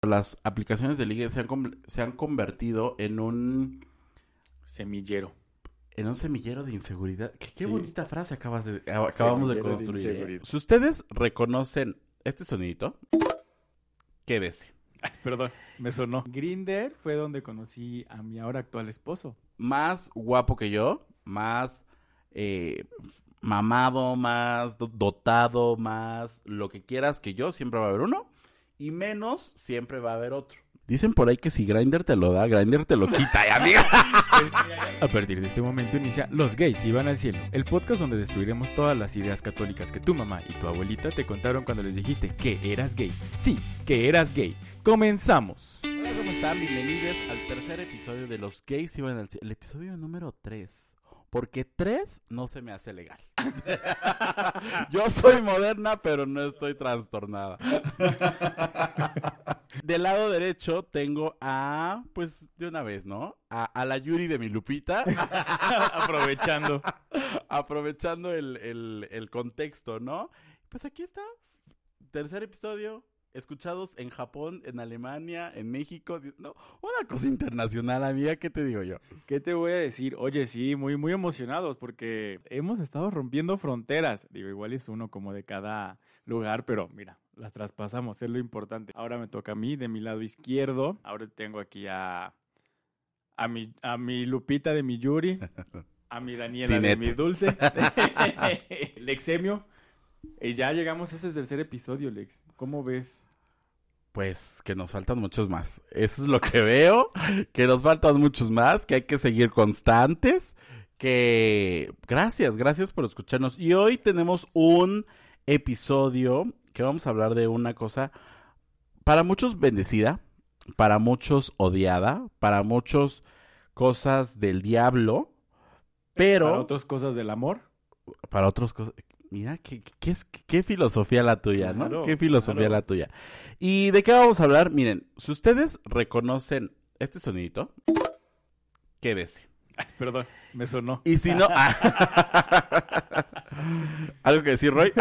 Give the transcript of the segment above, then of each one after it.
Las aplicaciones de ligue se han convertido Semillero. en un semillero de inseguridad. Qué Sí. bonita frase acabamos de Semillero de construir. inseguridad. Si ustedes reconocen este sonidito, quédese. Ay, perdón, me sonó. Grindr fue donde conocí a mi ahora actual esposo. Más guapo que yo, más mamado, más dotado, más lo que quieras que yo, siempre va a haber uno. Y menos, siempre va a haber otro. Dicen por ahí que si Grindr te lo da, Grindr te lo quita, amiga. A partir de este momento inicia Los Gays Iban al Cielo, el podcast donde destruiremos todas las ideas católicas que tu mamá y tu abuelita te contaron cuando les dijiste que eras gay. Sí, que eras gay. ¡Comenzamos! Hola, ¿cómo están? Bienvenidos al tercer episodio de Los Gays Iban al Cielo. El episodio número 3. Porque 3 no se me hace legal. Yo soy moderna, pero no estoy trastornada. Del lado derecho tengo a, pues de una vez, ¿no? A la Yuri de mi Lupita. Aprovechando. Aprovechando el contexto, ¿no? Pues aquí está. Tercer episodio. Escuchados en Japón, en Alemania, en México. No, una cosa internacional, amiga. ¿Qué te digo yo? ¿Qué te voy a decir? Oye, sí, muy emocionados porque hemos estado rompiendo fronteras. Digo, igual es uno como de cada lugar, pero mira, las traspasamos, es lo importante. Ahora me toca a mí, de mi lado izquierdo. Ahora tengo aquí a mi Lupita de mi Yuri, a mi Daniela de Tinet. mi Dulce, Lexemio. Y ya llegamos a ese tercer episodio, Lex. ¿Cómo ves? Pues que nos faltan muchos más. Eso es lo que veo, que nos faltan muchos más, que hay que seguir constantes, que gracias por escucharnos. Y hoy tenemos un episodio que vamos a hablar de una cosa para muchos bendecida, para muchos odiada, para muchos cosas del diablo, pero Para otras cosas del amor. para otras cosas. Mira, qué filosofía la tuya, ¿no? Claro, Qué filosofía claro. la tuya. ¿Y de qué vamos a hablar? Miren, si ustedes reconocen este sonidito, quédese. Ay, perdón, me sonó. Y si no... ¿Algo que decir, Roy?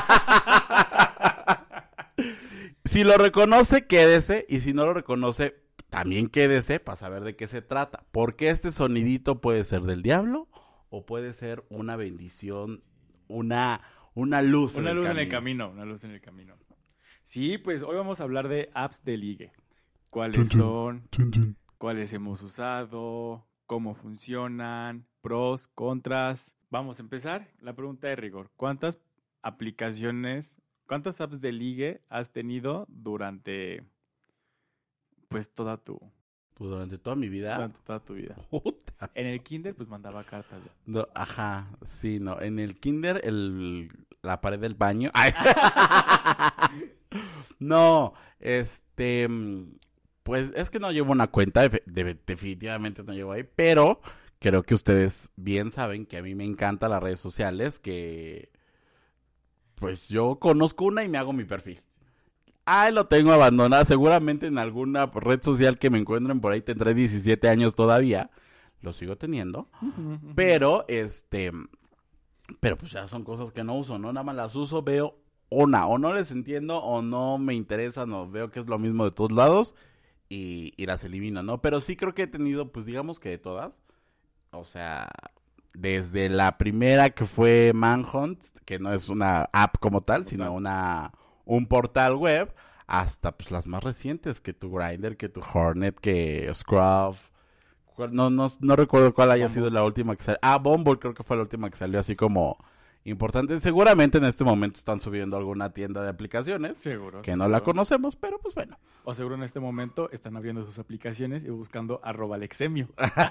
Si lo reconoce, quédese. Y si no lo reconoce, también quédese para saber de qué se trata. Porque este sonidito puede ser del diablo o puede ser una bendición, una luz Una en el luz camino. en el camino, una luz en el camino. Sí, pues hoy vamos a hablar de apps de ligue. ¿Cuáles son? ¿Cuáles hemos usado? ¿Cómo funcionan? ¿Pros? ¿Contras? Vamos a empezar. La pregunta de rigor. ¿Cuántas apps de ligue has tenido durante, pues, Pues durante toda mi vida. durante toda tu vida? Puta. En el kinder, pues, mandaba cartas. No, ajá, sí, no. En el kinder, la pared del baño. Ay. No, pues es que no llevo una cuenta, definitivamente no llevo ahí, pero creo que ustedes bien saben que a mí me encantan las redes sociales, que pues yo conozco una y me hago mi perfil. Ahí lo tengo abandonado, seguramente en alguna red social que me encuentren por ahí tendré 17 años todavía, lo sigo teniendo, pero pero pues ya son cosas que no uso, ¿no? Nada más las uso, veo o no les entiendo o no me interesan o veo que es lo mismo de todos lados y las elimino, ¿no? Pero sí creo que he tenido, pues digamos que de todas, o sea, desde la primera que fue Manhunt, que no es una app como tal, sino un portal web, hasta pues las más recientes, que tu Grindr, que tu Hornet, que Scruff. No recuerdo cuál haya Bumble. sido la última que salió. Bumble creo que fue la última que salió así como importante. Seguramente en este momento están subiendo alguna tienda de aplicaciones Seguro. que no la conocemos, pero pues bueno. O seguro en este momento están abriendo sus aplicaciones y buscando @Lexemio.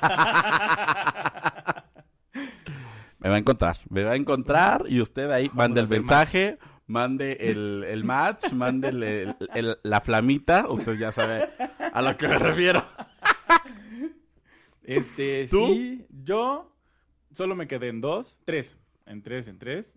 Me va a encontrar y usted ahí mande a el hacer mensaje, mande el match, mande la flamita. Usted ya sabe a lo que me refiero. ¿Tú? Sí, yo solo me quedé en tres. En tres.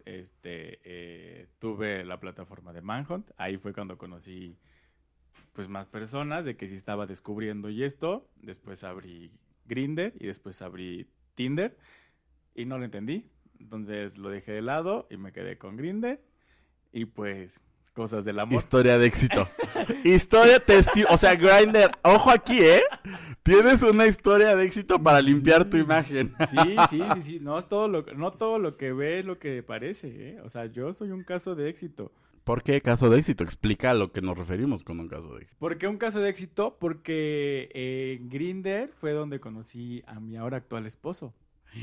Tuve la plataforma de Manhunt. Ahí fue cuando conocí, pues, más personas, de que sí estaba descubriendo y esto. Después abrí Grindr y después abrí Tinder y no lo entendí. Entonces lo dejé de lado y me quedé con Grindr. Y pues cosas del amor. Historia de éxito. O sea, Grindr, ojo aquí, Tienes una historia de éxito para limpiar tu imagen. Sí. No todo lo que ve es lo que parece, O sea, yo soy un caso de éxito. ¿Por qué caso de éxito? Explica a lo que nos referimos con un caso de éxito. ¿Por qué un caso de éxito? Porque en Grindr fue donde conocí a mi ahora actual esposo.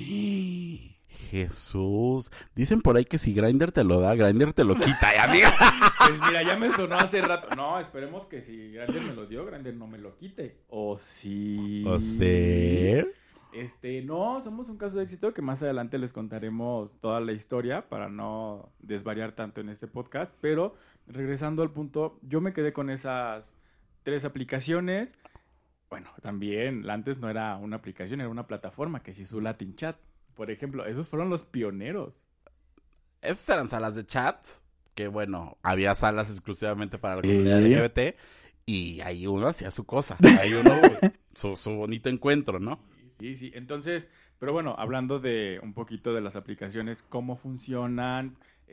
Jesús. Dicen por ahí que si Grindr te lo da, Grindr te lo quita, amiga. Pues mira, ya me sonó hace rato. No, esperemos que si Grindr me lo dio, Grindr no me lo quite. O sí. O sea. No, somos un caso de éxito que más adelante les contaremos toda la historia para no desvariar tanto en este podcast. Pero regresando al punto, yo me quedé con esas 3 aplicaciones. Bueno, también antes no era una aplicación, era una plataforma que es su Latin Chat. Por ejemplo, esos fueron los pioneros. Esas eran salas de chat, que bueno, había salas exclusivamente para la comunidad LGBT y ahí uno hacía su cosa, ahí uno su bonito encuentro, ¿no? Sí. Entonces, pero bueno, hablando de un poquito de las aplicaciones, cómo funcionan,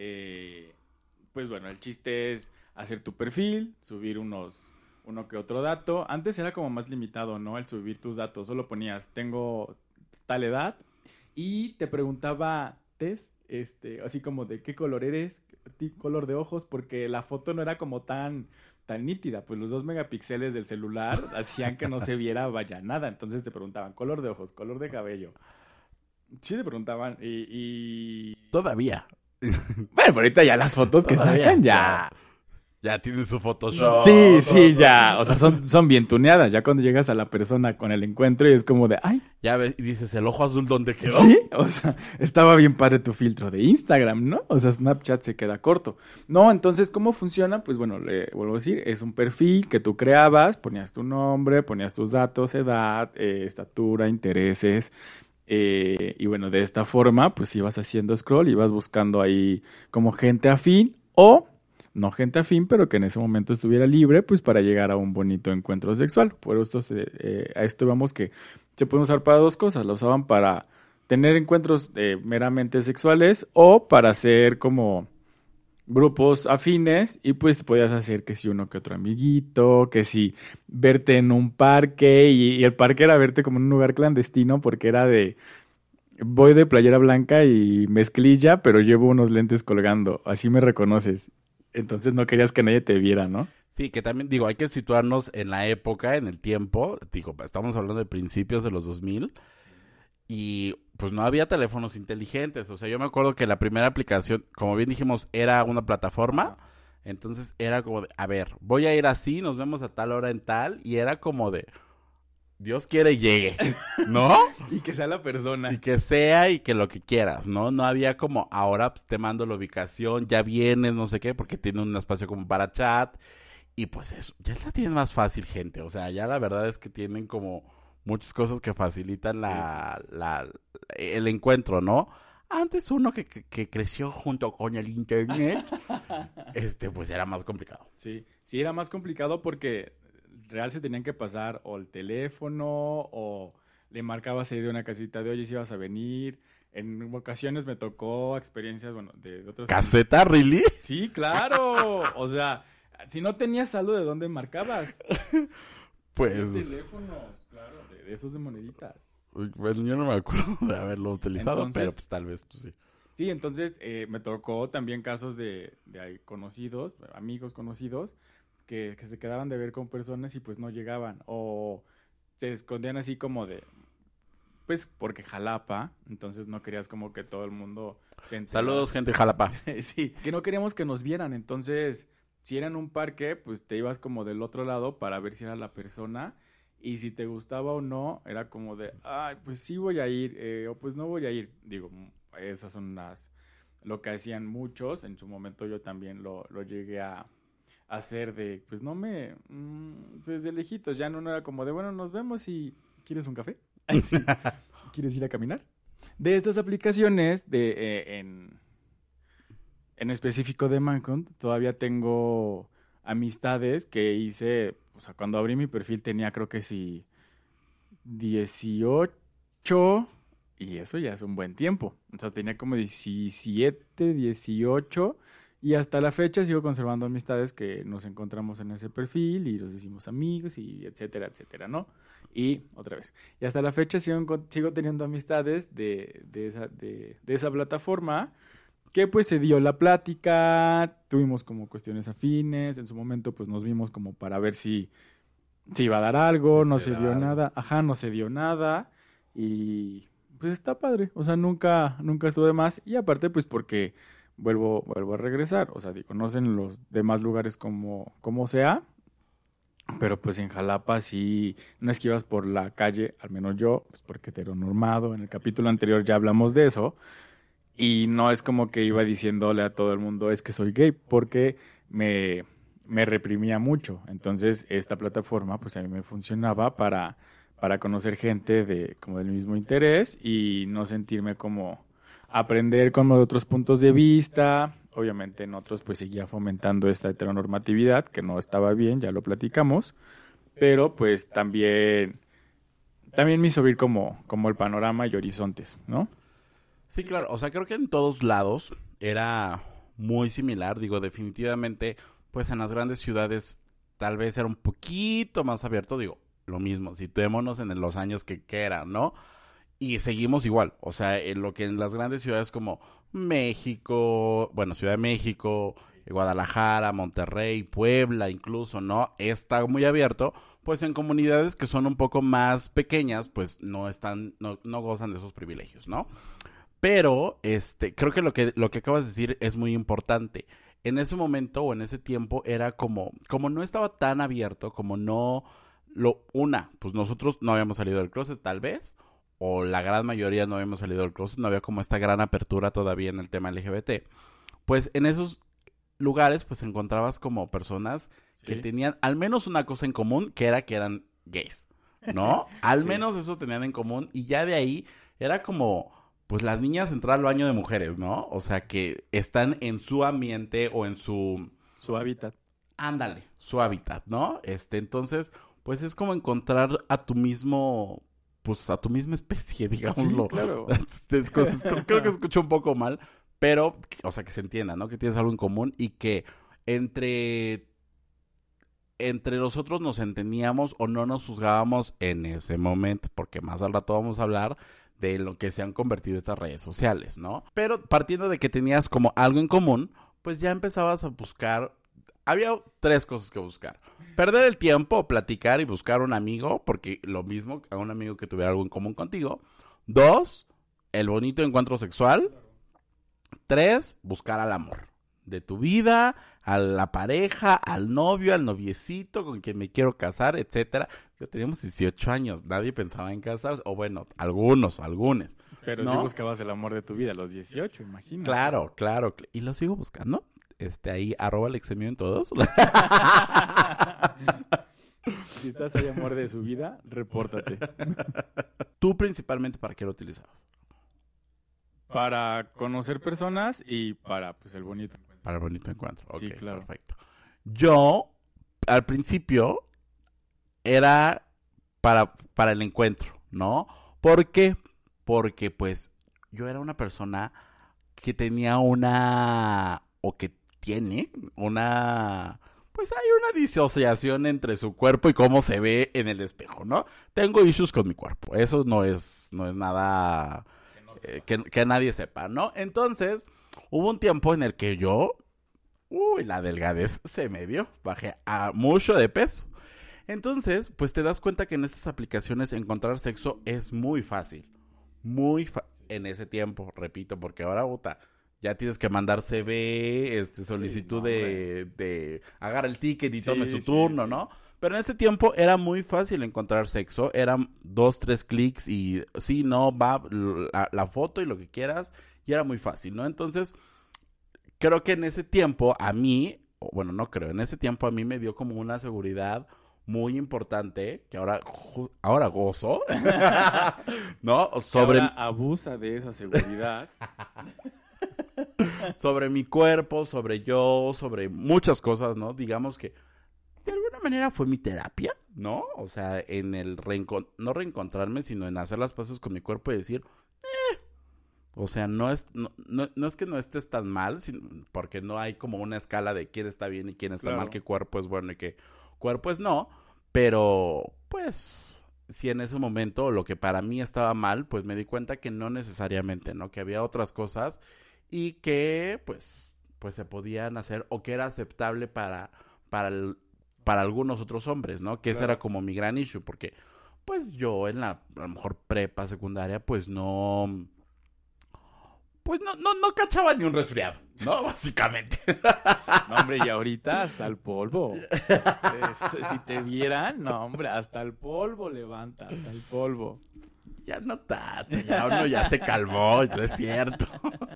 pues bueno, el chiste es hacer tu perfil, subir uno que otro dato. Antes era como más limitado, ¿no? El subir tus datos. Solo ponías, tengo tal edad y te preguntaba test, así como de qué color eres, color de ojos, porque la foto no era como tan nítida. Pues los 2 megapíxeles del celular hacían que no se viera vaya nada. Entonces te preguntaban color de ojos, color de cabello. Sí te preguntaban y... Todavía. Bueno, pero ahorita ya las fotos que sacan ya... Ya tienen su Photoshop. Sí, ya. O sea, son bien tuneadas. Ya cuando llegas a la persona con el encuentro y es como de, ay. Ya ves, y dices, ¿el ojo azul dónde quedó? Sí, o sea, estaba bien padre tu filtro de Instagram, ¿no? O sea, Snapchat se queda corto. No, entonces, ¿cómo funciona? Pues bueno, le vuelvo a decir, es un perfil que tú creabas, ponías tu nombre, ponías tus datos, edad, estatura, intereses. Y bueno, de esta forma, pues ibas haciendo scroll, ibas buscando ahí como gente afín o... no gente afín, pero que en ese momento estuviera libre, pues para llegar a un bonito encuentro sexual. Por esto a esto vemos que se pueden usar para 2 cosas. La usaban para tener encuentros meramente sexuales o para hacer como grupos afines y pues podías hacer que si uno que otro amiguito, que si verte en un parque y el parque era verte como en un lugar clandestino porque era de... voy de playera blanca y mezclilla, pero llevo unos lentes colgando. Así me reconoces. Entonces no querías que nadie te viera, ¿no? Sí, que también, digo, hay que situarnos en la época, en el tiempo. Digo, estamos hablando de principios de los 2000 y pues no había teléfonos inteligentes. O sea, yo me acuerdo que la primera aplicación, como bien dijimos, era una plataforma. Entonces era como de, a ver, voy a ir así, nos vemos a tal hora en tal. Y era como de, Dios quiere y llegue, ¿no? Y que sea la persona. Y que sea y que lo que quieras, ¿no? No había como, ahora pues, te mando la ubicación, ya vienes, no sé qué, porque tiene un espacio como para chat. Y pues eso, ya la tienen más fácil, gente. O sea, ya la verdad es que tienen como muchas cosas que facilitan el encuentro, ¿no? Antes uno que creció junto con el internet, pues era más complicado. Sí, era más complicado porque real se tenían que pasar o el teléfono o le marcabas ahí de una casita de oye si ibas a venir. En ocasiones me tocó experiencias, bueno, de otras... ¿Caseta, really? Sí, claro. O sea, si no tenías saldo, ¿de dónde marcabas? Pues... teléfonos, claro, de esos de moneditas. Bueno, yo no me acuerdo de haberlo utilizado, entonces, pero pues tal vez tú sí. Sí, entonces me tocó también casos de conocidos, amigos conocidos, que se quedaban de ver con personas y pues no llegaban. O se escondían así como de... Pues porque Jalapa, entonces no querías como que todo el mundo se enterara. Saludos, gente de Jalapa. Sí, que no queríamos que nos vieran, entonces si era en un parque, pues te ibas como del otro lado para ver si era la persona y si te gustaba o no, era como de, ay, pues sí voy a ir, o pues no voy a ir. Digo, esas son lo que hacían muchos, en su momento yo también lo llegué a hacer de, pues no pues de lejitos, ya no era como de, bueno, nos vemos y ¿quieres un café? Sí. ¿Quieres ir a caminar? De estas aplicaciones, en específico de Manhunt, todavía tengo amistades que hice, o sea, cuando abrí mi perfil tenía creo que sí 18 y eso ya es un buen tiempo. O sea, tenía como 17, 18 Y hasta la fecha sigo conservando amistades que nos encontramos en ese perfil y nos hicimos amigos y etcétera, etcétera, ¿no? Y otra vez. Y hasta la fecha sigo teniendo amistades de esa plataforma que pues se dio la plática, tuvimos como cuestiones afines, en su momento pues nos vimos como para ver si iba a dar algo, Sí, no sí, se dio algo. nada, ajá, no se dio nada y pues está padre, o sea, nunca estuvo de más y aparte pues porque vuelvo a regresar, o sea, digo, no sé en los demás lugares como sea, pero pues en Jalapa sí, no es que ibas por la calle, al menos yo, pues porque heteronormado, en el capítulo anterior ya hablamos de eso, y no es como que iba diciéndole a todo el mundo es que soy gay, porque me reprimía mucho. Entonces, esta plataforma, pues a mí me funcionaba para conocer gente como del mismo interés y no sentirme como aprender como de otros puntos de vista. Obviamente en otros pues seguía fomentando esta heteronormatividad, que no estaba bien, ya lo platicamos, pero pues también me hizo ver como el panorama y horizontes, ¿no? Sí, claro, o sea, creo que en todos lados era muy similar, digo, definitivamente, pues en las grandes ciudades tal vez era un poquito más abierto, digo, lo mismo, situémonos en los años que eran, ¿no? Y seguimos igual, o sea, en lo que en las grandes ciudades como México, bueno, Ciudad de México, Guadalajara, Monterrey, Puebla incluso, ¿no? Está muy abierto, pues en comunidades que son un poco más pequeñas, pues no gozan de esos privilegios, ¿no? Pero, creo que lo que acabas de decir es muy importante. En ese momento o en ese tiempo era como no estaba tan abierto, como no, pues nosotros no habíamos salido del closet tal vez, o la gran mayoría no habíamos salido del closet, no había como esta gran apertura todavía en el tema LGBT. Pues en esos lugares, pues encontrabas como personas que Sí, tenían al menos una cosa en común, que era que eran gays, ¿no? Al sí. menos eso tenían en común y ya de ahí era como pues las niñas entrar al baño de mujeres, ¿no? O sea, que están en su ambiente o en su, Su hábitat. ándale, su hábitat, ¿no? Entonces, pues es como encontrar a tu mismo, pues a tu misma especie, Sí, digámoslo. claro. Creo que escucho un poco mal, pero, o sea, que se entienda, ¿no? Que tienes algo en común y que entre entre nosotros nos entendíamos o no nos juzgábamos en ese momento, porque más al rato vamos a hablar de lo que se han convertido estas redes sociales, ¿no? Pero partiendo de que tenías como algo en común, pues ya empezabas a buscar, había tres cosas que buscar. Perder el tiempo, platicar y buscar un amigo, porque lo mismo a un amigo que tuviera algo en común contigo. Dos, el bonito encuentro sexual. Tres, buscar al amor de tu vida, a la pareja, al novio, al noviecito con quien me quiero casar, etcétera. Yo teníamos 18 años, nadie pensaba en casarse, o bueno, algunos, Pero sí ¿no? buscabas el amor de tu vida a los 18, imagínate. Claro, claro, y lo sigo buscando. Ahí, @Alexemio en todos. Si estás ahí amor de su vida, repórtate. Tú principalmente, ¿para qué lo utilizabas? Para conocer personas y para pues el bonito encuentro. Para el bonito encuentro. Ok, Sí, claro. perfecto. Yo, al principio, era para el encuentro, ¿no? ¿Por qué? Porque, pues, yo era una persona que tenía o que tiene pues hay una disociación entre su cuerpo y cómo se ve en el espejo, ¿no? Tengo issues con mi cuerpo, eso no es nada que nadie sepa, ¿no? Entonces, hubo un tiempo en el que la delgadez se me dio, bajé a mucho de peso. Entonces, pues te das cuenta que en estas aplicaciones encontrar sexo es muy fácil. En ese tiempo, repito, porque ahora, puta, ya tienes que mandar CV, Sí, solicitud no, hombre. de agarra el ticket y tome su Sí, sí, turno, sí. ¿no? Pero en ese tiempo era muy fácil encontrar sexo, eran 2, 3 clics y sí, no, va la foto y lo que quieras, y era muy fácil, ¿no? Entonces, creo que en ese tiempo a mí, bueno, no creo, en ese tiempo a mí me dio como una seguridad muy importante que ahora gozo, ¿no? Que ahora abusa de esa seguridad. Sobre mi cuerpo, sobre muchas cosas, ¿no? Digamos que de alguna manera fue mi terapia, ¿no? O sea, en el no reencontrarme, sino en hacer las paces con mi cuerpo y decir, O sea, no es que no estés tan mal, porque no hay como una escala de quién está bien y quién está mal, Claro. qué cuerpo es bueno y qué cuerpo es no. Pero, pues, si en ese momento lo que para mí estaba mal, pues me di cuenta que no necesariamente, ¿no? Que había otras cosas y que, pues se podían hacer o que era aceptable para, el- para algunos otros hombres, ¿no? Que ese era Claro. como mi gran issue, porque, pues yo en la, a lo mejor prepa secundaria, pues no cachaba ni un resfriado, ¿no? Básicamente. No, hombre, y ahorita hasta el polvo. Si te vieran, no, hombre, hasta el polvo levanta, hasta el polvo. Ya no tanto, ya uno ya se calmó, no es cierto.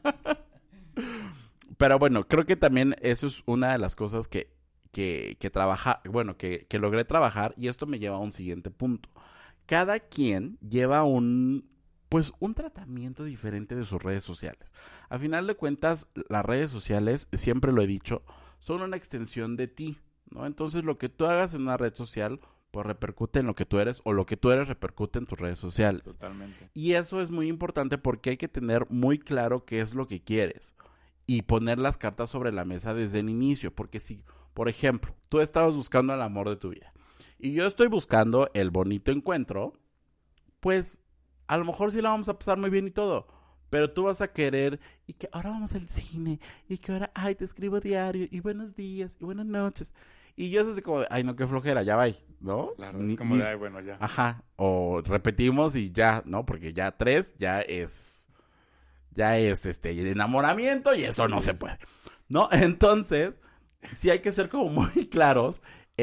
Pero bueno, creo que también eso es una de las cosas que trabaja, bueno, que logré trabajar y esto me lleva a un siguiente punto. Cada quien lleva un tratamiento diferente de sus redes sociales. A final de cuentas, las redes sociales, siempre lo he dicho, son una extensión de ti, ¿no? Entonces lo que tú hagas en una red social, pues repercute en lo que tú eres o lo que tú eres repercute en tus redes sociales. Totalmente. Y eso es muy importante porque hay que tener muy claro qué es lo que quieres y poner las cartas sobre la mesa desde el inicio, porque si, por ejemplo, tú estabas buscando el amor de tu vida y yo estoy buscando el bonito encuentro, pues a lo mejor sí la vamos a pasar muy bien y todo, pero tú vas a querer y que ahora vamos al cine y que ahora, ay, te escribo diario y buenos días y buenas noches. Y yo es así como, ay, no, qué flojera, ya va, ¿no? Claro, es como de, ay, bueno, ya. Ajá, o repetimos y ya, ¿no? Porque ya 3 ya es el enamoramiento y eso no se puede, ¿no? Entonces, sí hay que ser como muy claros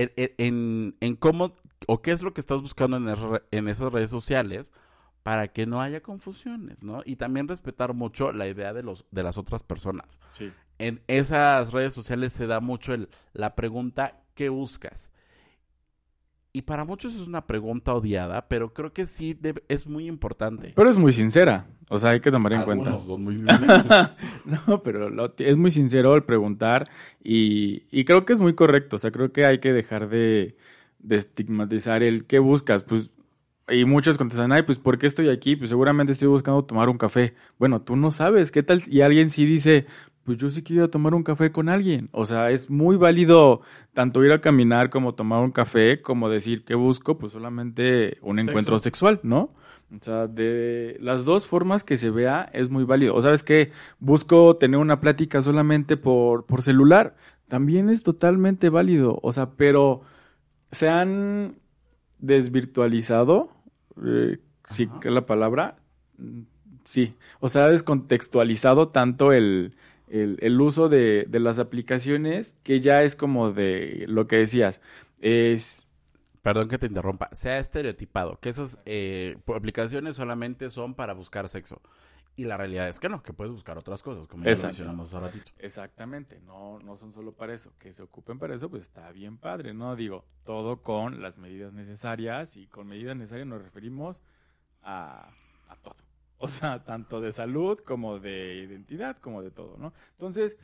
en cómo o qué es lo que estás buscando en esas redes sociales para que no haya confusiones, ¿no? Y también respetar mucho la idea de las otras personas. Sí. En esas redes sociales se da mucho la pregunta, ¿qué buscas? Y para muchos es una pregunta odiada, pero creo que sí es muy importante. Pero es muy sincera, o sea, hay que tomar en cuenta. Algunos son muy sinceros. No, pero es muy sincero el preguntar y creo que es muy correcto, o sea, creo que hay que dejar de estigmatizar el qué buscas, pues, y muchos contestan, ay, pues, ¿por qué estoy aquí? Pues seguramente estoy buscando tomar un café. Bueno, tú no sabes, ¿qué tal? Y alguien sí dice, pues yo sí quiero ir a tomar un café con alguien. O sea, es muy válido tanto ir a caminar como tomar un café, como decir, ¿qué busco? Pues solamente un encuentro Sexo. sexual, ¿no? O sea, de las dos formas que se vea es muy válido. O sabes que busco tener una plática solamente por celular. También es totalmente válido. O sea, pero se han desvirtualizado, sí Ajá. que es la palabra, mm, sí. O sea, ha descontextualizado tanto el uso de las aplicaciones que ya es como de lo que decías. Es Perdón que te interrumpa. Se ha estereotipado que esas aplicaciones solamente son para buscar sexo. Y la realidad es que no, que puedes buscar otras cosas, como ya lo exacto. mencionamos hace ratito. Exactamente, no, no son solo para eso. Que se ocupen para eso, pues está bien padre, ¿no? Digo, todo con las medidas necesarias y con medidas necesarias nos referimos a todo. O sea, tanto de salud como de identidad, como de todo, ¿no? Entonces,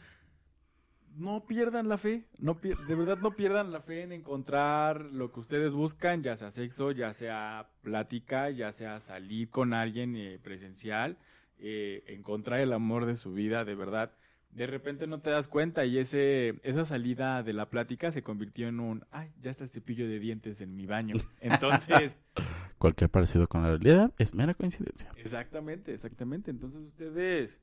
no pierdan la fe, de verdad no pierdan la fe en encontrar lo que ustedes buscan, ya sea sexo, ya sea plática, ya sea salir con alguien presencial, encontrar el amor de su vida, de verdad. De repente no te das cuenta y esa salida de la plática se convirtió en ay, ya está el cepillo de dientes en mi baño. Entonces, Cualquier parecido con la realidad es mera coincidencia. exactamente, exactamente. Entonces ustedes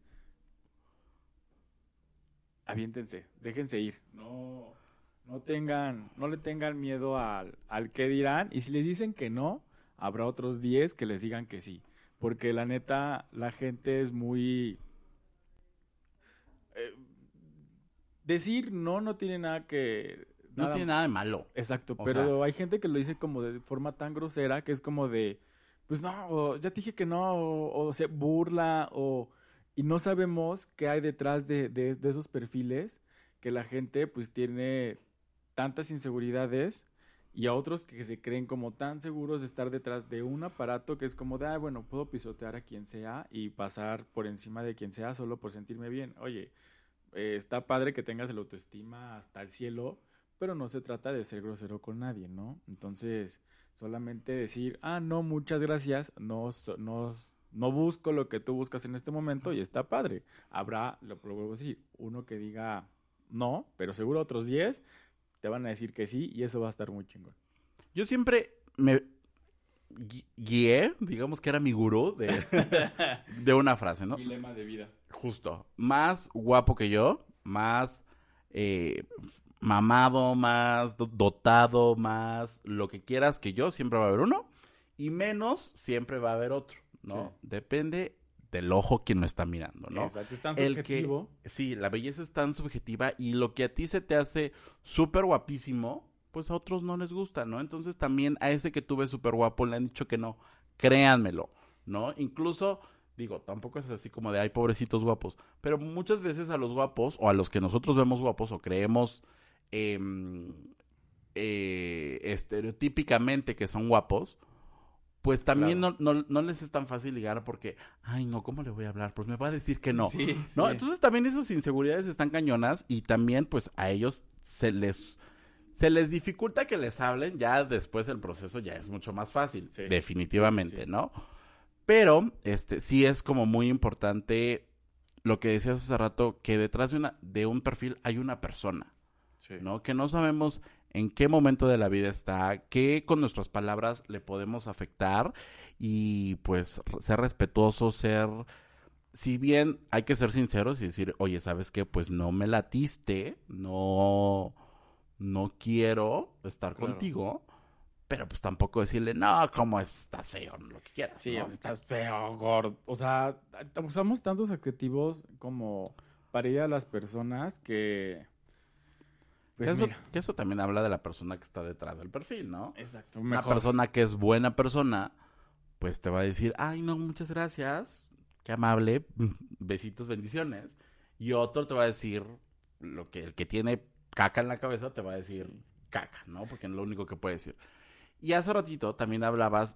aviéntense, déjense ir. No, no le tengan miedo al qué dirán. Y si les dicen que no, habrá otros 10 que les digan que sí. Porque la neta, la gente es muy... eh, decir no no tiene nada que... No Nada, tiene nada de malo. exacto, O sea, pero hay gente que lo dice como de forma tan grosera que es como de, pues no, ya te dije que no, o se burla, y no sabemos qué hay detrás de esos perfiles que la gente pues tiene tantas inseguridades y a otros que se creen como tan seguros de estar detrás de un aparato que es como de, bueno, puedo pisotear a quien sea y pasar por encima de quien sea solo por sentirme bien. Oye, está padre que tengas el autoestima hasta el cielo, pero no se trata de ser grosero con nadie, ¿no? Entonces, solamente decir, no, muchas gracias, no, no busco lo que tú buscas en este momento y está padre. Habrá, lo vuelvo a decir, uno que diga no, pero seguro otros 10 te van a decir que sí y eso va a estar muy chingón. Yo siempre me guié, digamos que era mi gurú de una frase, ¿no? Dilema de vida. Justo, más guapo que yo, más eh, mamado, más dotado, más lo que quieras que yo, siempre va a haber uno, y menos siempre va a haber otro, ¿no? Sí. Depende del ojo quien lo está mirando, ¿no? Exacto, es tan El subjetivo. que, sí, la belleza es tan subjetiva y lo que a ti se te hace súper guapísimo, pues a otros no les gusta, ¿no? Entonces también a ese que tú ves súper guapo le han dicho que no, créanmelo, ¿no? Incluso, digo, tampoco es así como de, ay, pobrecitos guapos, pero muchas veces a los guapos o a los que nosotros vemos guapos o creemos em, estereotípicamente que son guapos, pues también Claro. no les es tan fácil ligar porque, ay, no, ¿cómo le voy a hablar? Pues me va a decir que no, Sí, ¿no? sí. Entonces también esas inseguridades están cañonas y también pues a ellos se les dificulta que les hablen, ya después el proceso ya es mucho más fácil, Sí, sí, definitivamente, sí. ¿no? Pero, sí es como muy importante lo que decías hace rato, que detrás de un perfil hay una persona, Sí, ¿no? Que no sabemos en qué momento de la vida está, qué con nuestras palabras le podemos afectar y pues ser respetuoso, si bien hay que ser sinceros y decir, oye, ¿sabes qué? Pues no me latiste, no quiero estar claro. contigo, pero pues tampoco decirle, no, como estás feo, lo que quieras, Sí, ¿no? estás feo, gordo. O sea, usamos tantos adjetivos como para ir a las personas que, Que pues eso, mira, que eso también habla de la persona que está detrás del perfil, ¿no? exacto, Una mejor. persona que es buena persona, pues te va a decir, ay, no, muchas gracias, qué amable, besitos, bendiciones. Y otro te va a decir, el que tiene caca en la cabeza te va a Sí. decir caca, ¿no? Porque es lo único que puede decir. Y hace ratito también hablabas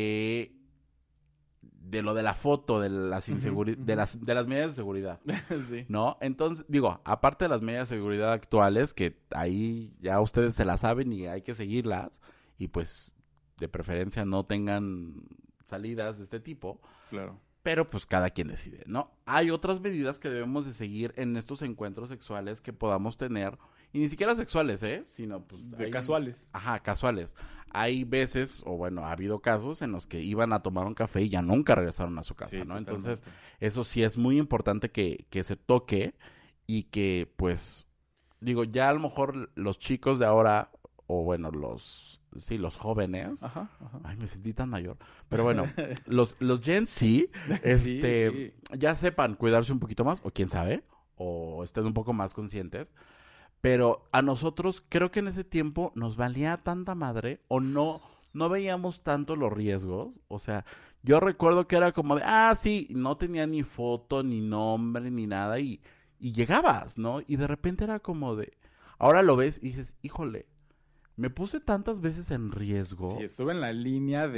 de lo de la foto, de las Ujú, inseguridades, ujú. de las medidas de seguridad, Sí. ¿no? Entonces, digo, aparte de las medidas de seguridad actuales, que ahí ya ustedes se las saben y hay que seguirlas, y pues de preferencia no tengan salidas de este tipo, Claro. pero pues cada quien decide, ¿no? Hay otras medidas que debemos de seguir en estos encuentros sexuales que podamos tener, y ni siquiera sexuales, ¿eh? Sino pues De casuales. ajá, casuales. Hay veces, o bueno, ha habido casos en los que iban a tomar un café y ya nunca regresaron a su casa, Sí, ¿no? Entonces, totalmente. eso sí es muy importante que se toque y que pues, digo, ya a lo mejor los chicos de ahora, o bueno, los jóvenes, Ajá, ajá. ay, me sentí tan mayor. Pero bueno, los Gen Z, Sí, sí. ya sepan cuidarse un poquito más, o quién sabe, o estén un poco más conscientes. Pero a nosotros, creo que en ese tiempo nos valía tanta madre, o no veíamos tanto los riesgos. O sea, yo recuerdo que era como de, sí, no tenía ni foto, ni nombre, ni nada, y llegabas, ¿no? Y de repente era como de, ahora lo ves y dices, híjole, me puse tantas veces en Sí, riesgo. estuve en la línea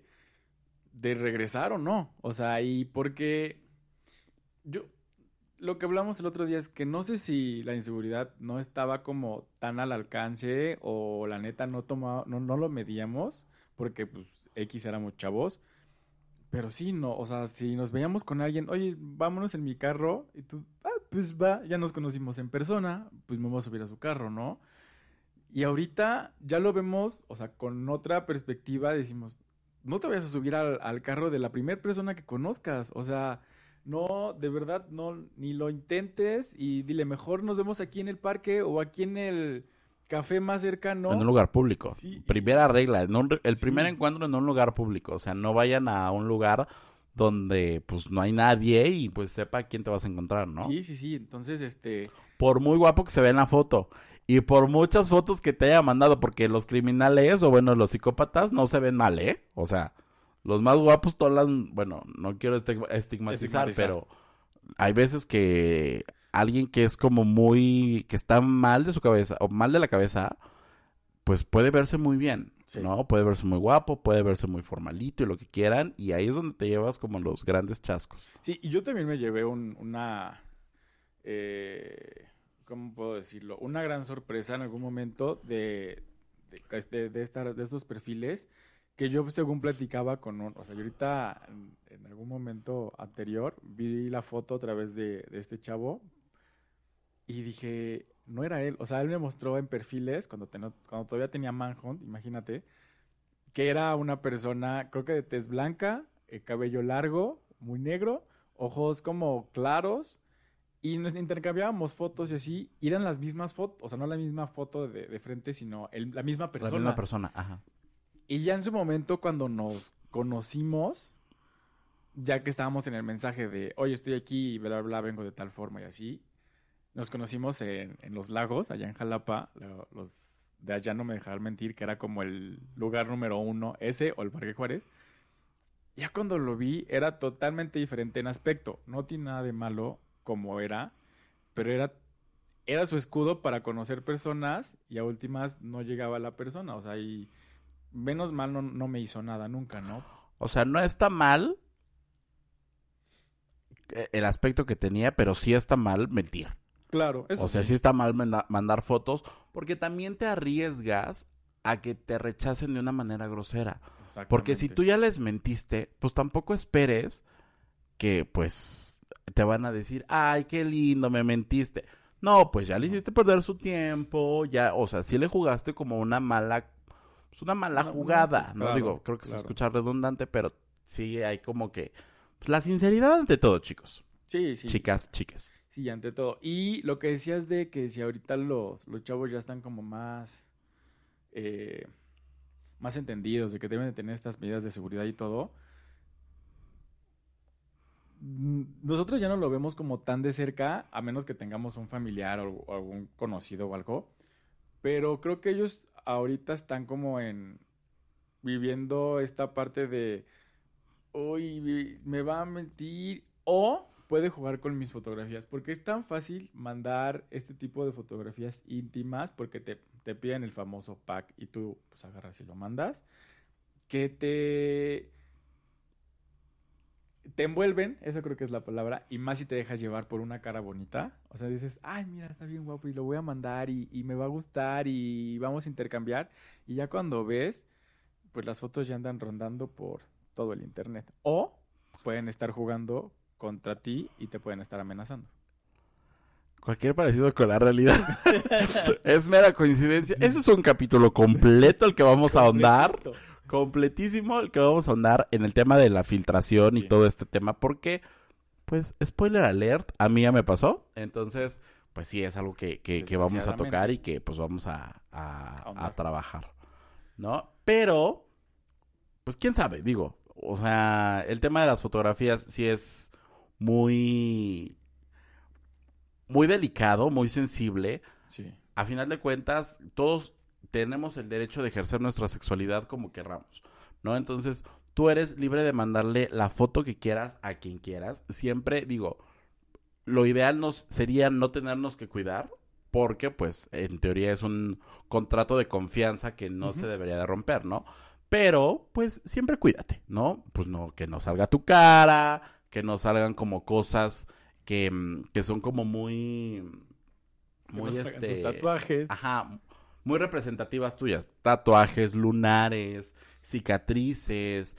de regresar o no. O sea, y porque yo, lo que hablamos el otro día es que no sé si la inseguridad no estaba como tan al alcance o la neta no lo medíamos porque pues X éramos chavos, pero sí, no, o sea, si nos veíamos con alguien, oye, vámonos en mi carro y tú, pues va, ya nos conocimos en persona, pues me voy a subir a su carro, ¿no? Y ahorita ya lo vemos, o sea, con otra perspectiva decimos, no te vayas a subir al carro de la primera persona que conozcas, o sea, no, de verdad, no, ni lo intentes y dile, mejor nos vemos aquí en el parque o aquí en el café más En un cercano. lugar público. Sí, Primera regla, el primer sí, encuentro en un lugar público. O sea, no vayan a un lugar donde pues no hay nadie y pues sepa quién te vas a encontrar, ¿no? sí, sí, sí, entonces, Por muy guapo que se vea en la foto y por muchas fotos que te haya mandado, porque los criminales o bueno, los psicópatas no se ven mal, ¿eh? O sea, los más guapos, bueno, no quiero estigmatizar, estigmatizar. pero hay veces que alguien que es como que está mal de su cabeza o mal de la cabeza, pues puede verse muy bien, Sí. ¿no? Puede verse muy guapo, puede verse muy formalito y lo que quieran, y ahí es donde te llevas como los grandes chascos. Sí, y yo también me llevé eh, ¿cómo puedo decirlo? Una gran sorpresa en algún momento de estos perfiles que yo según platicaba con o sea, yo ahorita en algún momento anterior vi la foto otra vez de este chavo y dije, no era él. O sea, él me mostró en perfiles cuando todavía tenía Manhunt, imagínate, que era una persona, creo que de tez blanca, cabello largo, muy negro, ojos como claros, y nos intercambiábamos fotos y así, y eran las mismas fotos, o sea, no la misma foto de frente, sino la misma La persona. misma persona, ajá. Y ya en su momento, cuando nos conocimos, ya que estábamos en el mensaje de, oye, estoy aquí y bla, bla, bla, vengo de tal forma y así, nos conocimos en Los Lagos, allá en Jalapa. Los de allá no me dejarán mentir, que era como el lugar número 1, ese o el Parque Juárez. Ya cuando lo vi, era totalmente diferente en aspecto. No tiene nada de malo como era, pero era su escudo para conocer personas y a últimas no llegaba la persona. O sea, y menos mal no me hizo nada nunca, ¿no? O sea, no está mal el aspecto que tenía, pero sí está mal mentir. Claro, eso O sea, sí. sí está mal mandar fotos, porque también te arriesgas a que te rechacen de una manera grosera. Porque si tú ya les mentiste, pues tampoco esperes que, pues, te van a decir, ay, qué lindo, me mentiste. No, pues ya le hiciste perder su tiempo, ya, o sea, sí le jugaste como una mala, pues una mala jugada, pues, ¿no? claro, Digo, creo que se claro. escucha redundante, pero sí hay como que, pues, la sinceridad ante todo, chicos. Sí, sí. Chicas, chiques. Sí, ante todo. Y lo que decías de que si ahorita los chavos ya están como más entendidos de que deben de tener estas medidas de seguridad y todo, nosotros ya no lo vemos como tan de cerca, a menos que tengamos un familiar o algún conocido o algo. Pero creo que ellos ahorita están como viviendo esta parte de, uy, me va a mentir o puede jugar con mis fotografías, porque es tan fácil mandar este tipo de fotografías íntimas porque te piden el famoso pack y tú pues agarras y lo mandas, que te envuelven, eso creo que es la palabra, y más si te dejas llevar por una cara bonita. O sea, dices, ay, mira, está bien guapo y lo voy a mandar y me va a gustar y vamos a intercambiar. Y ya cuando ves, pues las fotos ya andan rondando por todo el internet. O pueden estar jugando contra ti y te pueden estar amenazando. Cualquier parecido con la realidad es mera coincidencia. Ese es un capítulo completo el que vamos a ahondar. Completísimo el que vamos a ahondar en el tema de la filtración y todo este tema. Porque, pues, spoiler alert, a mí ya me pasó. Entonces, pues sí, es algo que vamos a tocar y que pues vamos a trabajar, ¿no? Pero, pues, quién sabe, digo. O sea, el tema de las fotografías sí es muy... muy delicado, muy sensible. Sí. A final de cuentas, todos tenemos el derecho de ejercer nuestra sexualidad como querramos, ¿no? Entonces, tú eres libre de mandarle la foto que quieras a quien quieras. Siempre, digo, lo ideal sería no tenernos que cuidar, porque, pues, en teoría es un contrato de confianza que no se debería de romper, ¿no? Pero, pues, siempre cuídate, ¿no? Pues no, que no salga tu cara, que no salgan como cosas que son como muy tus tatuajes. Ajá, muy representativas tuyas. Tatuajes, lunares, cicatrices,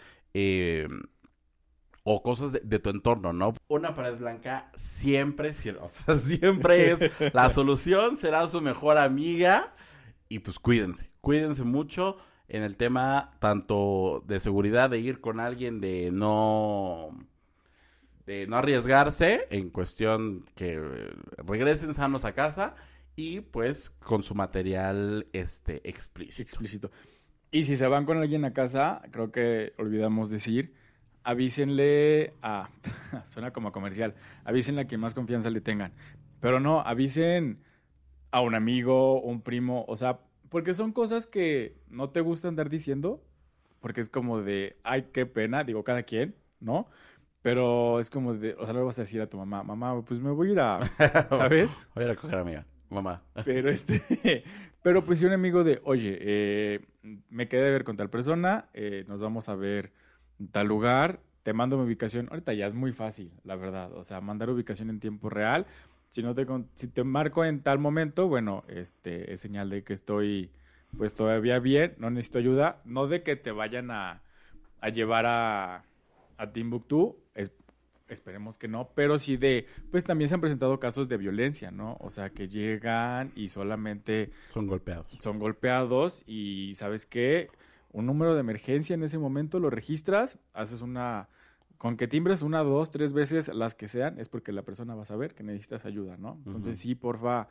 o cosas de tu entorno, ¿no? Una pared blanca siempre, o sea, siempre es la solución, será su mejor amiga. Y pues cuídense mucho en el tema tanto de seguridad, de ir con alguien, de no arriesgarse, en cuestión que regresen sanos a casa y pues con su material explícito. Y si se van con alguien a casa, creo que olvidamos decir, avísenle a... suena como comercial. Avísenle a quien más confianza le tengan. Pero no, avisen a un amigo, un primo, o sea, porque son cosas que no te gusta andar diciendo, porque es como de, ay, qué pena, digo, cada quien, ¿no? Pero es como de, o sea, le vas a decir a tu mamá, pues me voy a ir a, ¿sabes? Voy a ir a coger a mi mamá. Pero pero pues si un amigo de, oye, me quedé de ver con tal persona, nos vamos a ver en tal lugar, te mando mi ubicación. Ahorita ya es muy fácil, la verdad. O sea, mandar ubicación en tiempo real. Si te marco en tal momento, bueno, es señal de que estoy pues todavía bien, no necesito ayuda. No de que te vayan a llevar a Timbuktu, esperemos que no, pero sí pues también se han presentado casos de violencia, ¿no? O sea, que llegan y solamente Son golpeados. son golpeados y, ¿sabes qué? Un número de emergencia en ese momento lo registras, haces con que timbres 1, 2, 3 veces las que sean, es porque la persona va a saber que necesitas ayuda, ¿no? Entonces sí, porfa,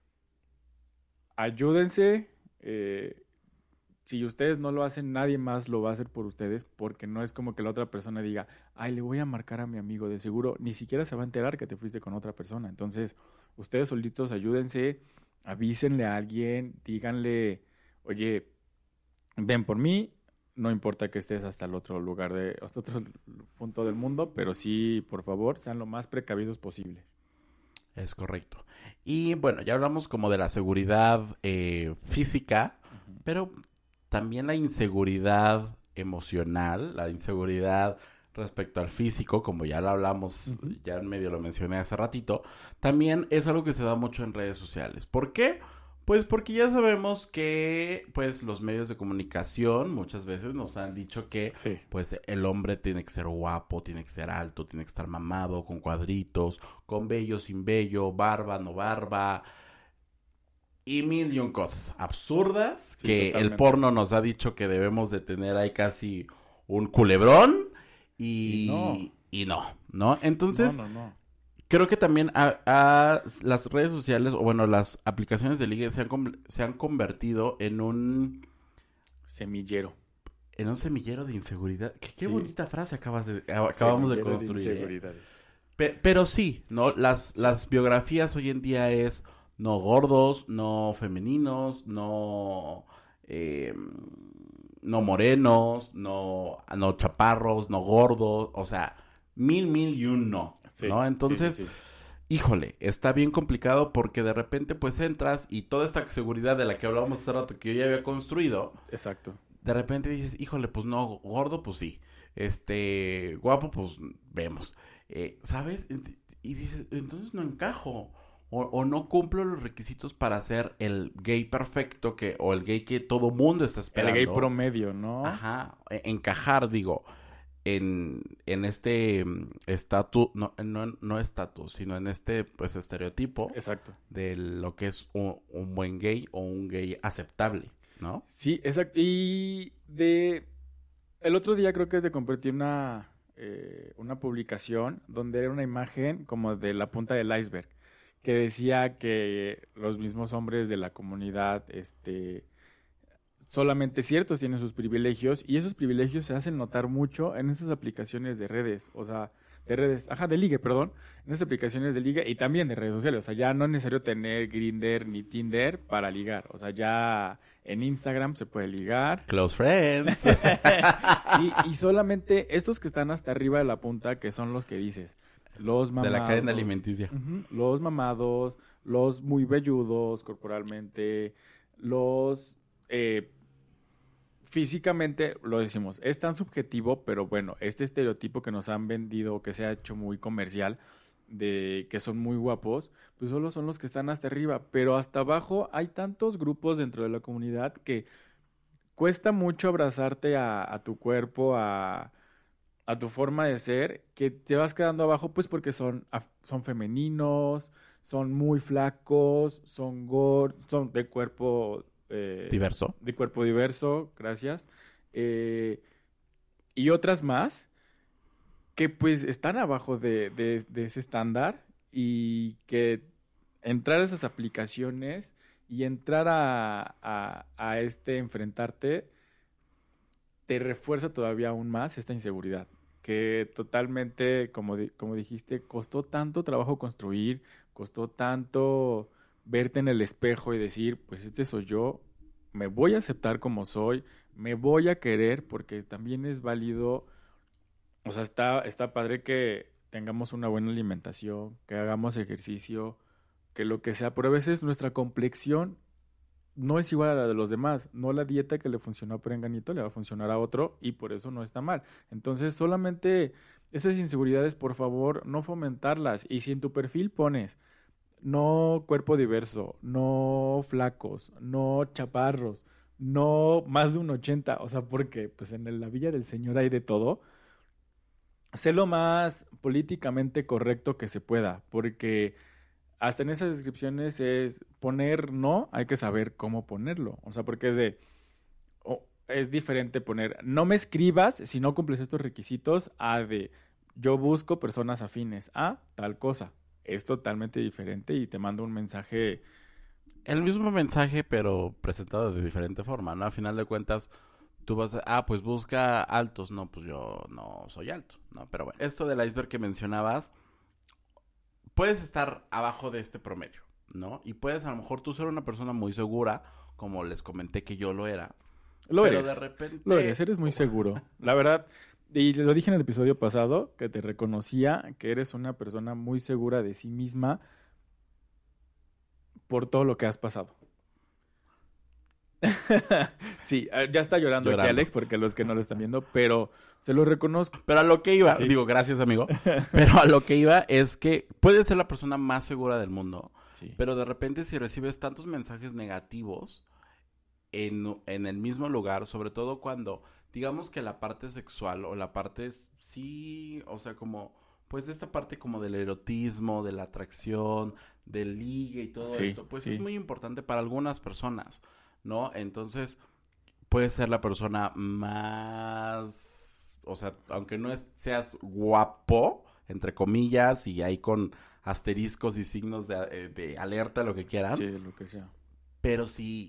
ayúdense. Si ustedes no lo hacen, nadie más lo va a hacer por ustedes, porque no es como que la otra persona diga, ay, le voy a marcar a mi amigo, de seguro ni siquiera se va a enterar que te fuiste con otra persona. Entonces, ustedes solitos ayúdense, avísenle a alguien, díganle, oye, ven por mí, no importa que estés hasta el otro hasta otro punto del mundo, pero sí, por favor, sean lo más precavidos posible. Es correcto. Y bueno, ya hablamos como de la seguridad física, pero también la inseguridad emocional, la inseguridad respecto al físico, como ya lo hablamos, ya en medio lo mencioné hace ratito, también es algo que se da mucho en redes sociales. ¿Por qué? Pues porque ya sabemos que pues los medios de comunicación muchas veces nos han dicho que Sí. pues el hombre tiene que ser guapo, tiene que ser alto, tiene que estar mamado, con cuadritos, con vello, sin vello, barba, no barba, y mil y un cosas absurdas Sí, que el totalmente. porno nos ha dicho que debemos de tener ahí casi un culebrón y no. Entonces, No. creo que también las redes sociales, o bueno, las aplicaciones de ligue se han convertido en un Semillero. semillero de inseguridad. Qué Sí. bonita frase acabamos de Semillero construir. inseguridades. Pero sí, ¿no? Las biografías hoy en día es no gordos, no femeninos, no morenos, no chaparros, no gordos, o sea, mil y un no, Sí, ¿no? Entonces, sí. híjole, está bien complicado porque de repente pues entras y toda esta seguridad de la que hablábamos hace rato que yo ya había construido, Exacto. de repente dices, híjole, pues no, gordo, pues sí, guapo, pues vemos, ¿sabes? Y dices, entonces no encajo, o no cumplo los requisitos para ser el gay perfecto o el gay que todo mundo está esperando. El gay promedio, ¿no? Ajá, encajar, digo, en este estatus, no estatus, sino en este, pues, estereotipo Exacto. de lo que es un buen gay o un gay aceptable, ¿no? Sí, exacto. Y el otro día creo que te compartí una publicación donde era una imagen como de la punta del iceberg, que decía que los mismos hombres de la comunidad, solamente ciertos tienen sus privilegios y esos privilegios se hacen notar mucho en esas aplicaciones de redes, o sea, de ligue, perdón, en esas aplicaciones de ligue y también de redes sociales, o sea, ya no es necesario tener Grindr ni Tinder para ligar, o sea, ya en Instagram se puede ligar. Close friends. Sí, y solamente estos que están hasta arriba de la punta, que son los que dices, los mamados. De la cadena alimenticia. Los mamados, los muy velludos corporalmente, los físicamente, lo decimos, es tan subjetivo, pero bueno, este estereotipo que nos han vendido, que se ha hecho muy comercial, de que son muy guapos, pues solo son los que están hasta arriba, pero hasta abajo hay tantos grupos dentro de la comunidad que cuesta mucho abrazarte a tu cuerpo, a tu forma de ser, que te vas quedando abajo, pues porque son femeninos, son muy flacos, son gordos, son de cuerpo Diverso. De cuerpo diverso, gracias. Y otras más que pues están abajo de ese estándar y que entrar a esas aplicaciones y entrar a enfrentarte te refuerza todavía aún más esta inseguridad, que totalmente, como dijiste, costó tanto trabajo construir, costó tanto verte en el espejo y decir, pues este soy yo, me voy a aceptar como soy, me voy a querer, porque también es válido, o sea, está padre que tengamos una buena alimentación, que hagamos ejercicio, que lo que sea, pero a veces nuestra complexión no es igual a la de los demás. No la dieta que le funcionó a Perenganito le va a funcionar a otro y por eso no está mal. Entonces, solamente esas inseguridades, por favor, no fomentarlas. Y si en tu perfil pones no cuerpo diverso, no flacos, no chaparros, no más de un 80, o sea, porque pues en la Villa del Señor hay de todo. Sé lo más políticamente correcto que se pueda, porque hasta en esas descripciones es poner no, hay que saber cómo ponerlo, o sea, porque es diferente poner no me escribas si no cumples estos requisitos a de yo busco personas afines a tal cosa. Es totalmente diferente y te mando un mensaje. El mismo mensaje, pero presentado de diferente forma, ¿no? A final de cuentas, tú vas pues busca altos. No, pues yo no soy alto, ¿no? Pero bueno, esto del iceberg que mencionabas, puedes estar abajo de este promedio, ¿no? Y puedes a lo mejor tú ser una persona muy segura, como les comenté que yo lo era. Lo Pero de eres, repente, eres muy seguro. La verdad, y lo dije en el episodio pasado, que te reconocía que eres una persona muy segura de sí misma por todo lo que has pasado. Sí, ya está llorando aquí llorando. Alex, porque los que no lo están viendo, pero se lo reconozco. Pero a lo que iba, Sí. digo, gracias amigo, pero a lo que iba es que puedes ser la persona más segura del mundo, Sí. pero de repente si recibes tantos mensajes negativos en el mismo lugar, sobre todo cuando, digamos que la parte sexual o la parte, sí, o sea, como, pues de esta parte como del erotismo, de la atracción, del ligue y todo Sí, esto, pues es sí. muy importante para algunas personas, ¿no? Entonces, puedes ser la persona más, o sea, aunque no seas guapo, entre comillas, y ahí con asteriscos y signos de alerta, lo que quieran, Sí, lo que sea. pero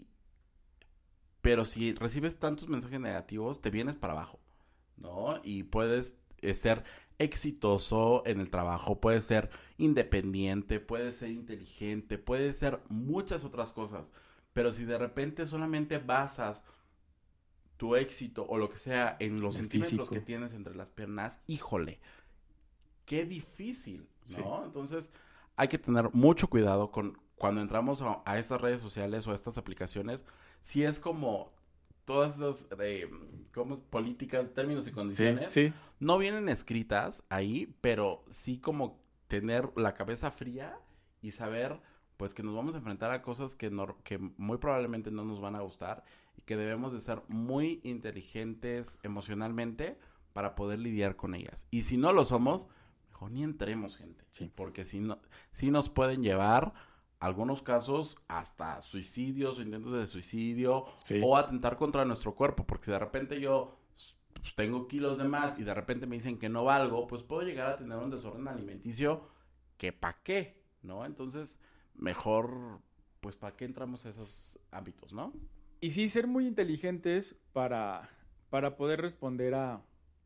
si recibes tantos mensajes negativos, te vienes para abajo, ¿no? Y puedes ser exitoso en el trabajo, puedes ser independiente, puedes ser inteligente, puedes ser muchas otras cosas. Pero si de repente solamente basas tu éxito o lo que sea en los El centímetros que físico. tienes entre las piernas, híjole, qué difícil, Sí. ¿no? Entonces hay que tener mucho cuidado con cuando entramos a estas redes sociales o a estas aplicaciones, si es como todas esas ¿cómo es? Políticas, términos y Sí, condiciones, sí. no vienen escritas ahí, pero sí como tener la cabeza fría y saber pues que nos vamos a enfrentar a cosas que muy probablemente no nos van a gustar y que debemos de ser muy inteligentes emocionalmente para poder lidiar con ellas. Y si no lo somos, mejor ni entremos, gente. Sí. Porque si no, sí nos pueden llevar, algunos casos, hasta suicidios o intentos de suicidio Sí. o atentar contra nuestro cuerpo. Porque si de repente yo pues, tengo kilos de más y de repente me dicen que no valgo, pues puedo llegar a tener un desorden alimenticio que pa' qué, ¿no? Entonces, mejor, pues pa' qué entramos a esos ámbitos, ¿no? Y sí, ser muy inteligentes para poder responder a,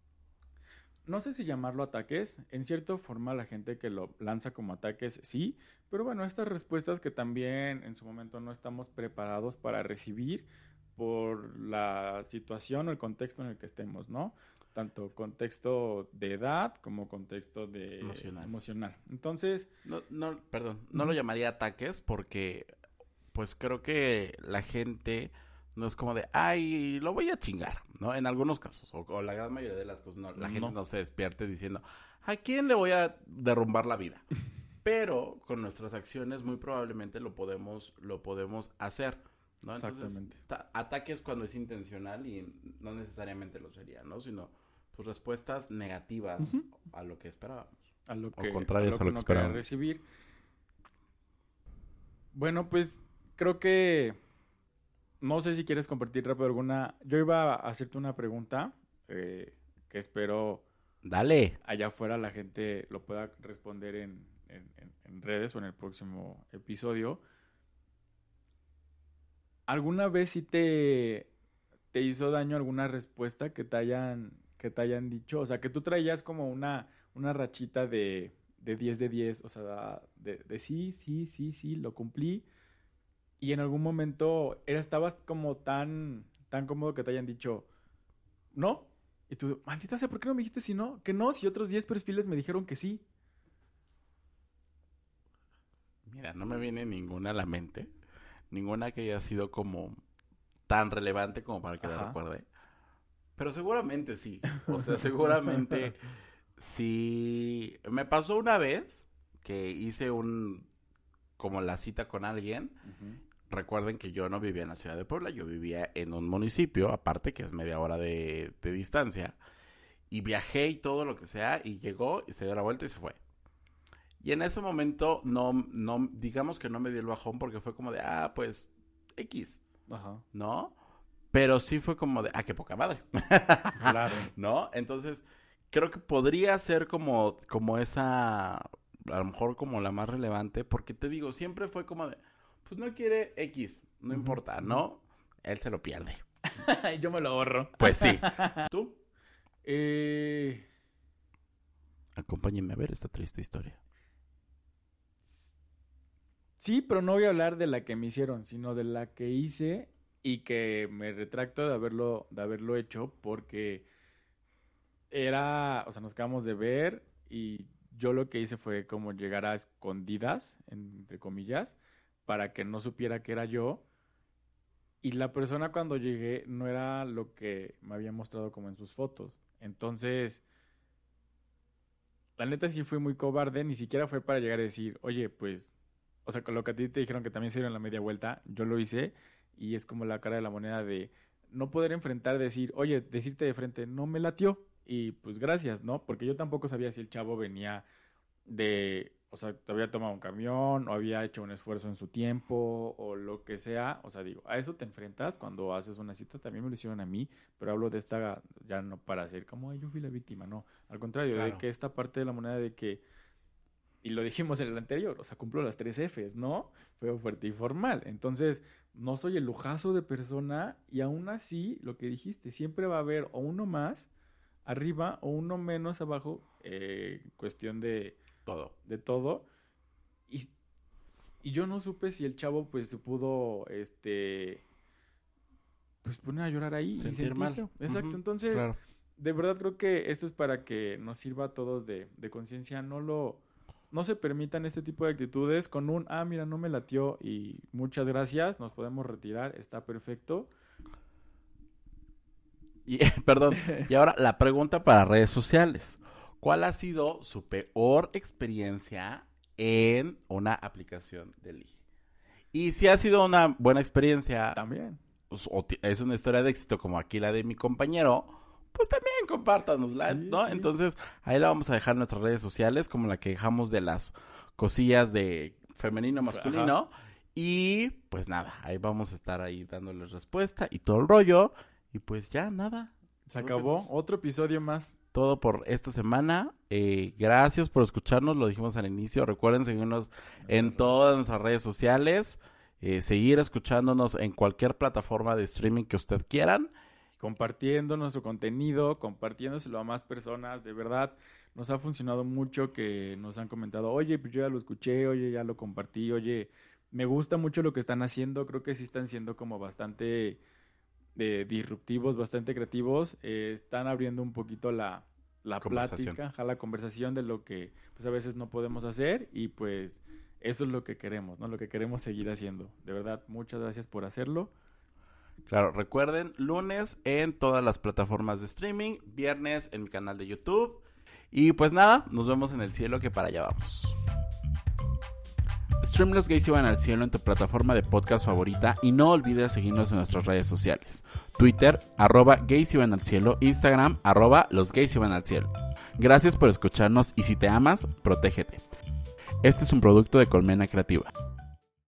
no sé si llamarlo ataques, en cierta forma la gente que lo lanza como ataques, sí, pero bueno, estas respuestas que también en su momento no estamos preparados para recibir por la situación o el contexto en el que estemos, ¿no? Tanto contexto de edad como contexto de emocional. Entonces, Perdón, no lo llamaría ataques porque pues creo que la gente no es como de, ay, lo voy a chingar, ¿no? En algunos casos, o la gran mayoría de las cosas, no, la gente no se despierte diciendo, ¿a quién le voy a derrumbar la vida? Pero con nuestras acciones muy probablemente lo podemos hacer, ¿no? Exactamente. Entonces, ataques cuando es intencional y no necesariamente lo sería, ¿no? Sino, pues, respuestas negativas a lo que esperábamos. A lo O que, contrarios a lo que no quería esperábamos. recibir. Bueno, pues creo que no sé si quieres compartir rápido alguna. Yo iba a hacerte una pregunta que espero Dale. allá afuera la gente lo pueda responder en redes o en el próximo episodio. ¿Alguna vez sí te hizo daño alguna respuesta que te hayan dicho? O sea, que tú traías como una rachita de 10 de 10, o sea, de sí, sí, sí, sí, lo cumplí. Y en algún momento estabas como tan cómodo que te hayan dicho, no. Y tú, maldita sea, ¿por qué no me dijiste si no? Que no, si otros 10 perfiles me dijeron que sí. Mira, no me viene ninguna a la mente. Ninguna que haya sido como tan relevante como para que la Ajá. recuerde. Pero seguramente sí. O sea, seguramente sí. Me pasó una vez que hice como la cita con alguien. Ujú. recuerden que yo no vivía en la ciudad de Puebla, yo vivía en un municipio, aparte que es media hora de distancia, y viajé y todo lo que sea, y llegó y se dio la vuelta y se fue. Y en ese momento no, digamos que no me dio el bajón porque fue como de, pues, X, Ajá. ¿no? Pero sí fue como de, qué poca madre. Claro. ¿No? Entonces, creo que podría ser como esa, a lo mejor como la más relevante, porque te digo, siempre fue como de, pues no quiere X, no importa, ¿no? Él se lo pierde. Yo me lo ahorro. Pues sí. ¿Tú? Acompáñenme a ver esta triste historia. Sí, pero no voy a hablar de la que me hicieron, sino de la que hice y que me retracto de haberlo hecho porque o sea, nos acabamos de ver y yo lo que hice fue como llegar a escondidas, entre comillas, para que no supiera que era yo. Y la persona cuando llegué no era lo que me había mostrado como en sus fotos. Entonces, la neta sí fui muy cobarde, ni siquiera fue para llegar a decir, oye, pues, o sea, con lo que a ti te dijeron que también se dieron la media vuelta, yo lo hice y es como la cara de la moneda de no poder enfrentar, decir, oye, decirte de frente, no me latió y pues gracias, ¿no? Porque yo tampoco sabía si el chavo venía o sea, te había tomado un camión o había hecho un esfuerzo en su tiempo o lo que sea. O sea, digo, a eso te enfrentas cuando haces una cita. También me lo hicieron a mí, pero hablo de esta, ya no para ser como, yo fui la víctima, no. Al contrario, Claro. de que esta parte de la moneda de que, y lo dijimos en el anterior, o sea, cumplo las 3 Fs, ¿no? Feo, fuerte y formal. Entonces, no soy el lujazo de persona y aún así, lo que dijiste, siempre va a haber o uno más arriba o uno menos abajo, cuestión de todo. Y yo no supe si el chavo pues se pudo pues poner a llorar ahí Sentir y sentir mal. feo. Exacto. Entonces, claro. de verdad creo que esto es para que nos sirva a todos de conciencia. No se permitan este tipo de actitudes con mira, no me latió y muchas gracias, nos podemos retirar, está perfecto. Perdón. Y ahora la pregunta para redes sociales. ¿Cuál ha sido su peor experiencia en una aplicación de ligue? Y si ha sido una buena experiencia, También. o es una historia de éxito como aquí la de mi compañero, pues también compártanosla, Sí, ¿no? sí. Entonces, ahí la vamos a dejar en nuestras redes sociales, como la que dejamos de las cosillas de femenino, masculino. Ajá. Y pues nada, ahí vamos a estar ahí dándoles respuesta y todo el rollo. Y pues ya, nada. Se acabó. Otro episodio más. Todo por esta semana. Gracias por escucharnos, lo dijimos al inicio. Recuerden seguirnos en todas nuestras redes sociales. Seguir escuchándonos en cualquier plataforma de streaming que usted quieran. Compartiendo nuestro contenido, compartiéndoselo a más personas. De verdad, nos ha funcionado mucho que nos han comentado, oye, pues yo ya lo escuché, oye, ya lo compartí, oye, me gusta mucho lo que están haciendo. Creo que sí están siendo como bastante disruptivos, bastante creativos, están abriendo un poquito la plática, la conversación de lo que pues a veces no podemos hacer y pues eso es lo que queremos, ¿no? Lo que queremos seguir haciendo. De verdad, muchas gracias por hacerlo. Claro, recuerden, lunes en todas las plataformas de streaming, viernes en mi canal de YouTube y pues nada, nos vemos en el cielo que para allá vamos. Stream Los Gays Iban al Cielo en tu plataforma de podcast favorita y no olvides seguirnos en nuestras redes sociales. Twitter, @Gays Iban al Cielo, Instagram, @Los Gays Iban al Cielo. Gracias por escucharnos y si te amas, protégete. Este es un producto de Colmena Creativa.